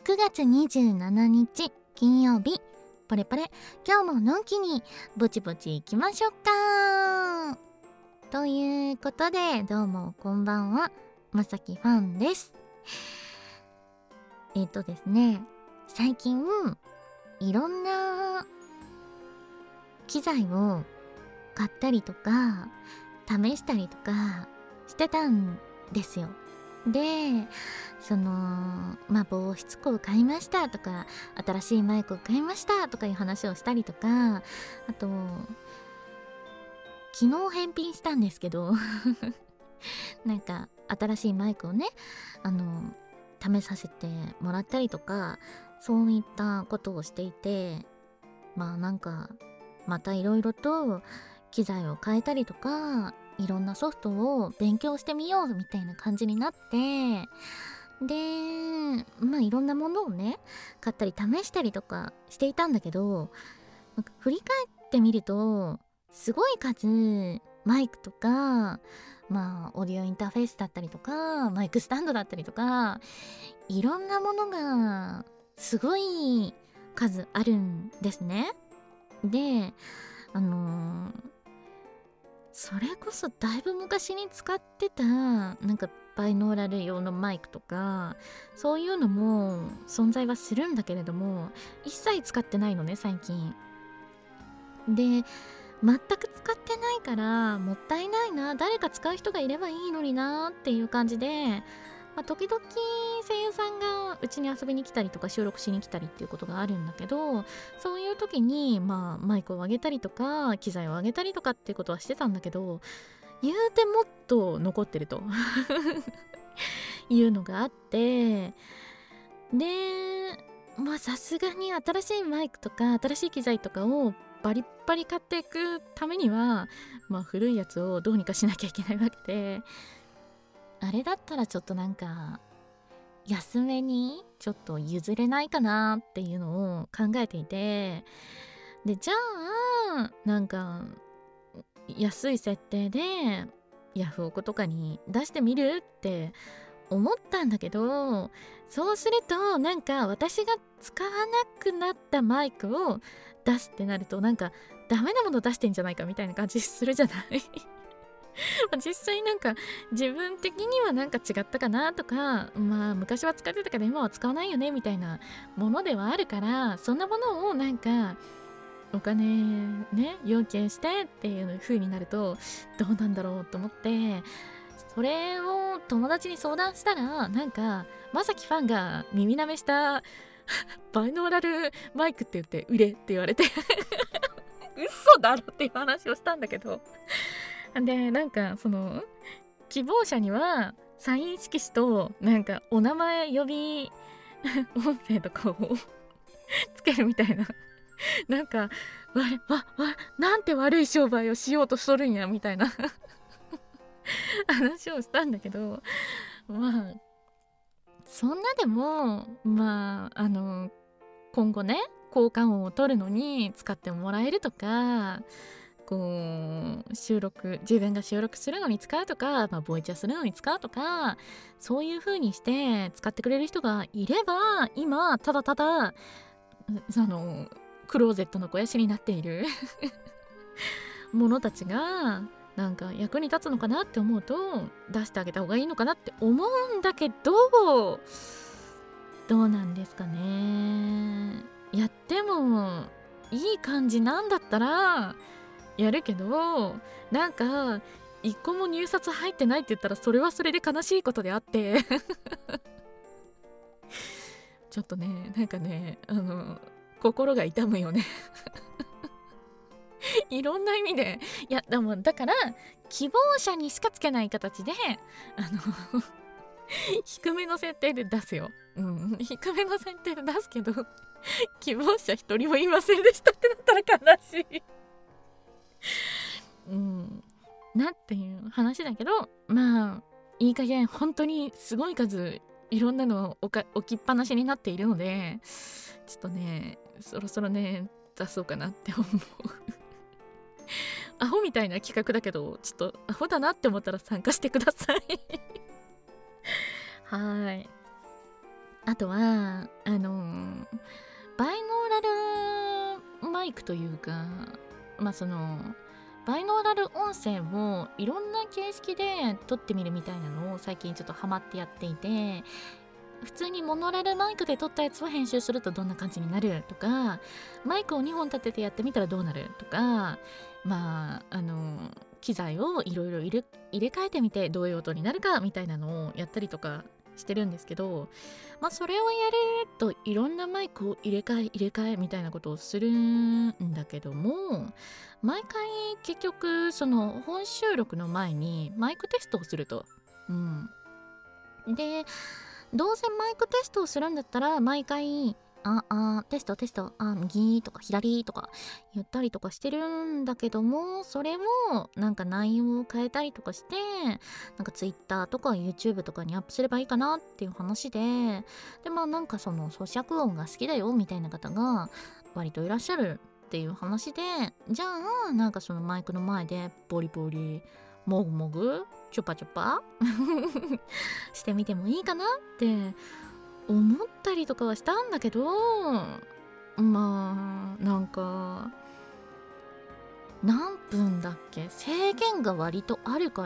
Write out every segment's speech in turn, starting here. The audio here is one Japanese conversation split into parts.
9月27日金曜日、ポレポレ今日ものんきにぼちぼち行きましょうか。ということで、どうもこんばんは、まさきファンです。ですね、最近いろんな機材を買ったりとか試したりとかしてたんですよ。で、防湿庫を買いましたとか、新しいマイクを買いましたとかいう話をしたりとか、あと昨日返品したんですけどなんか新しいマイクをね、試させてもらったりとか、そういったことをしていて、またいろいろと機材を変えたりとか、いろんなソフトを勉強してみようみたいな感じになって、でいろんなものをね買ったり試したりとかしていたんだけど、振り返ってみるとすごい数マイクとかオーディオインターフェースだったりとか、マイクスタンドだったりとか、いろんなものがすごい数あるんですね。でそれこそだいぶ昔に使ってたバイノーラル用のマイクとか、そういうのも存在はするんだけれども、一切使ってないのね最近で。全く使ってないからもったいないな、誰か使う人がいればいいのになっていう感じで、時々声優さんがうちに遊びに来たりとか収録しに来たりっていうことがあるんだけど、そういう時にマイクを上げたりとか機材を上げたりとかっていうことはしてたんだけど、言うてもっと残ってるというのがあって、でさすがに新しいマイクとか新しい機材とかをバリッバリ買っていくためには、古いやつをどうにかしなきゃいけないわけで、あれだったらちょっと安めにちょっと譲れないかなっていうのを考えていて、でじゃあ安い設定でヤフオクとかに出してみるって思ったんだけど、そうすると私が使わなくなったマイクを出すってなるとダメなもの出してんじゃないかみたいな感じするじゃない実際自分的には違ったかなとか、昔は使ってたけど今は使わないよねみたいなものではあるから、そんなものをお金ね要求してっていう風になるとどうなんだろうと思って、それを友達に相談したらまさきファンが耳なめしたバイノーラルマイクって言って売れって言われて嘘だろっていう話をしたんだけど、で希望者にはサイン色紙とお名前呼び音声とかをつけるみたいななんて悪い商売をしようとしとるんやみたいな話をしたんだけど、そんなでも今後ね効果音を取るのに使ってもらえるとか、自分が収録するのに使うとか、ボイチャするのに使うとか、そういう風にして使ってくれる人がいれば、今ただただクローゼットの肥やしになっているものたちが役に立つのかなって思うと出してあげた方がいいのかなって思うんだけど、どうなんですかね。やってもいい感じなんだったらやるけど、一個も入札入ってないって言ったらそれはそれで悲しいことであってちょっとね心が痛むよねいろんな意味で。いやでもだから希望者にしかつけない形で低めの設定で出すよ。低めの設定で出すけど希望者一人もいませんでしたってなったら悲しいなっていう話だけど、いい加減本当にすごい数いろんなの置きっぱなしになっているので、ちょっとねそろそろね出そうかなって思うアホみたいな企画だけど、ちょっとアホだなって思ったら参加してくださいはい。 あとはバイノーラルマイクというか、バイノーラル音声をいろんな形式で撮ってみるみたいなのを最近ちょっとハマってやっていて、普通にモノラルマイクで撮ったやつを編集するとどんな感じになるとか、マイクを2本立ててやってみたらどうなるとか、機材をいろいろ入れ替えてみてどういう音になるかみたいなのをやったりとかしてるんですけど、それをやるといろんなマイクを入れ替えみたいなことをするんだけども、毎回結局その本収録の前にマイクテストをすると。で、どうせマイクテストをするんだったら毎回テスト右とか左とか言ったりとかしてるんだけども、それをなんか内容を変えたりとかして、なんか Twitter とか YouTube とかにアップすればいいかなっていう話で、なんかその咀嚼音が好きだよみたいな方が割といらっしゃるっていう話で、じゃあなんかそのマイクの前でボリボリもぐもぐチュパチュパしてみてもいいかなって思ったりとかはしたんだけど、なんか何分だっけ、制限が割とあるから、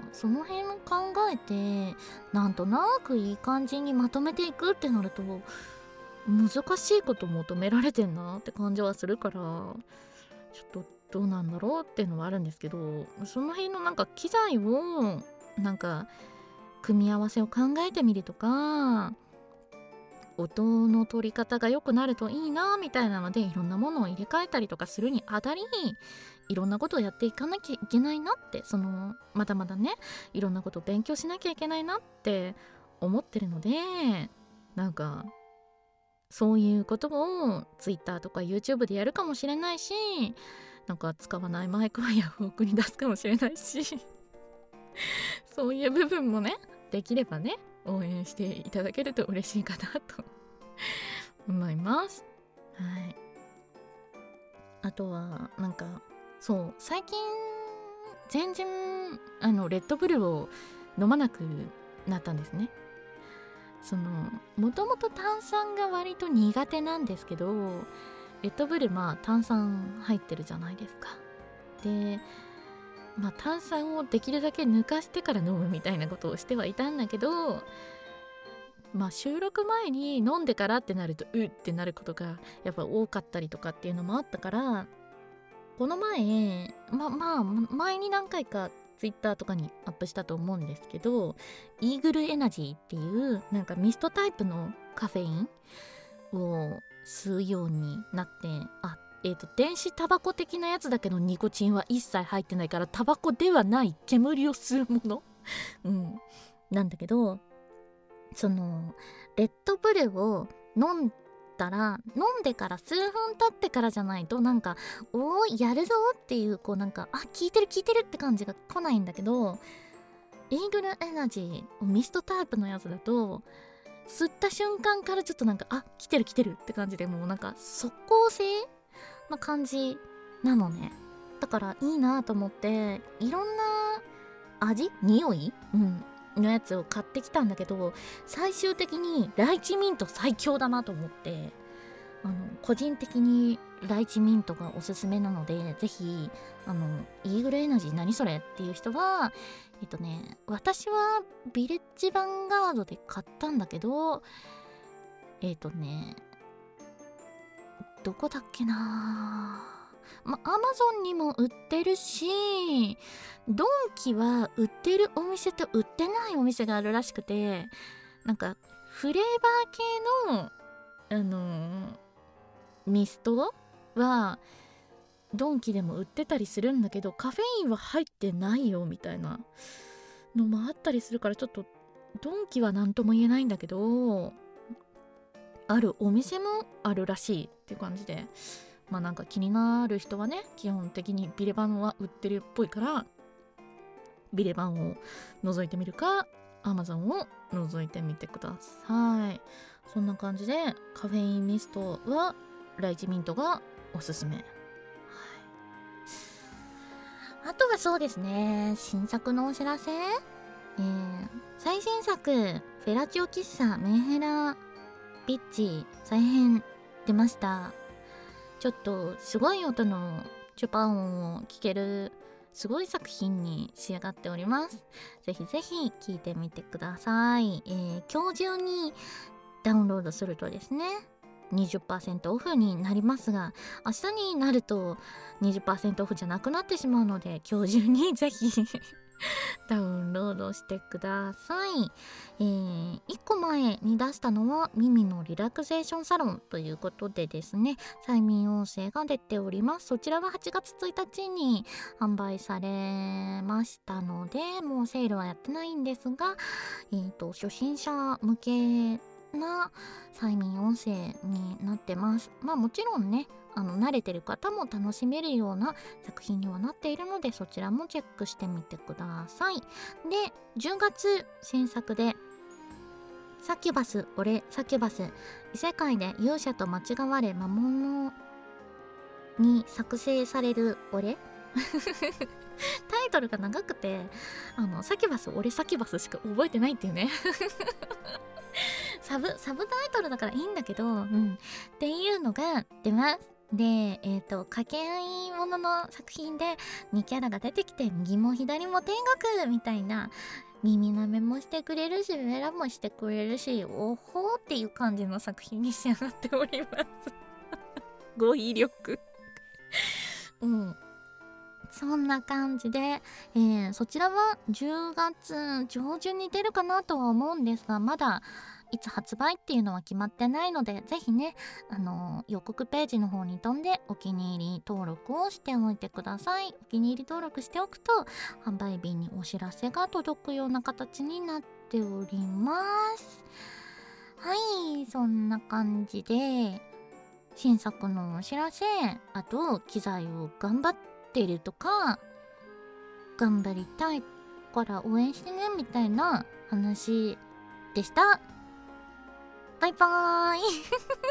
その辺を考えてなんとなくいい感じにまとめていくってなると難しいこと求められてんなって感じはするから、ちょっとどうなんだろうっていうのはあるんですけど、その辺のなんか機材をなんか組み合わせを考えてみるとか、音の取り方が良くなるといいなみたいなのでいろんなものを入れ替えたりとかするにあたり、いろんなことをやっていかなきゃいけないなって、まだまだねいろんなことを勉強しなきゃいけないなって思ってるので、なんかそういうことを Twitter とか YouTube でやるかもしれないし、なんか使わないマイクはヤフオクに出すかもしれないしそういう部分もねできればね応援していただけると嬉しいかなと思います。はい。あとはなんか最近全然レッドブルを飲まなくなったんですね。もともと炭酸が割と苦手なんですけど、レッドブル炭酸入ってるじゃないですか。で炭酸をできるだけ抜かしてから飲むみたいなことをしてはいたんだけど、収録前に飲んでからってなるとってなることがやっぱ多かったりとかっていうのもあったから、この前前に何回か Twitter とかにアップしたと思うんですけど、イーグルエナジーっていうなんかミストタイプのカフェインを吸うようになって、電子タバコ的なやつだけどニコチンは一切入ってないからタバコではない煙を吸うものなんだけど、レッドブルを飲んでから数分経ってからじゃないとなんかおーやるぞっていう効いてるって感じが来ないんだけど、イーグルエナジーミストタイプのやつだと吸った瞬間からちょっと来てるって感じで、もう即効性な感じなのね。だからいいなと思っていろんな匂いのやつを買ってきたんだけど、最終的にライチミント最強だなと思って、個人的にライチミントがおすすめなので、ぜひイーグルエナジー何それっていう人は私はビレッジヴァンガードで買ったんだけど、どこだっけな、アマゾンにも売ってるし、ドンキは売ってるお店と売ってないお店があるらしくて、フレーバー系のミストはドンキでも売ってたりするんだけど、カフェインは入ってないよみたいなのもあったりするから、ちょっとドンキは何とも言えないんだけど、あるお店もあるらしいっていう感じで、気になる人はね、基本的にビレバンは売ってるっぽいからビレバンを覗いてみるか Amazon を覗いてみてください。そんな感じでカフェインミストはライチミントがおすすめ。あとはそうですね、新作のお知らせ、最新作フェラチオ喫茶メンヘラピッチ再編出ました。ちょっとすごい音のチュパ音を聴けるすごい作品に仕上がっております。ぜひぜひ聴いてみてください。今日中にダウンロードするとですね 20% オフになりますが、明日になると 20% オフじゃなくなってしまうので、今日中にぜひダウンロードしてください。1個前に出したのは耳のリラクゼーションサロンということでですね、催眠音声が出ております。そちらは8月1日に販売されましたので、もうセールはやってないんですが、初心者向けな催眠音声になってます。もちろんね、慣れてる方も楽しめるような作品にはなっているので、そちらもチェックしてみてください。で、10月新作でサキュバス異世界で勇者と間違われ魔物に作成される俺タイトルが長くてサキュバスしか覚えてないっていうねサブタイトルだからいいんだけど、っていうのが出ます。で、掛け合いものの作品で2キャラが出てきて、右も左も天国みたいな、耳舐めもしてくれるしメラもしてくれるし、おほーっていう感じの作品に仕上がっております語彙力そんな感じで、そちらは10月上旬に出るかなとは思うんですが、まだいつ発売っていうのは決まってないので、ぜひね、予告ページの方に飛んでお気に入り登録をしておいてください。お気に入り登録しておくと販売日にお知らせが届くような形になっております。はい、そんな感じで新作のお知らせ、あと機材を頑張ってるとか頑張りたいから応援してねみたいな話でした。バイバーイ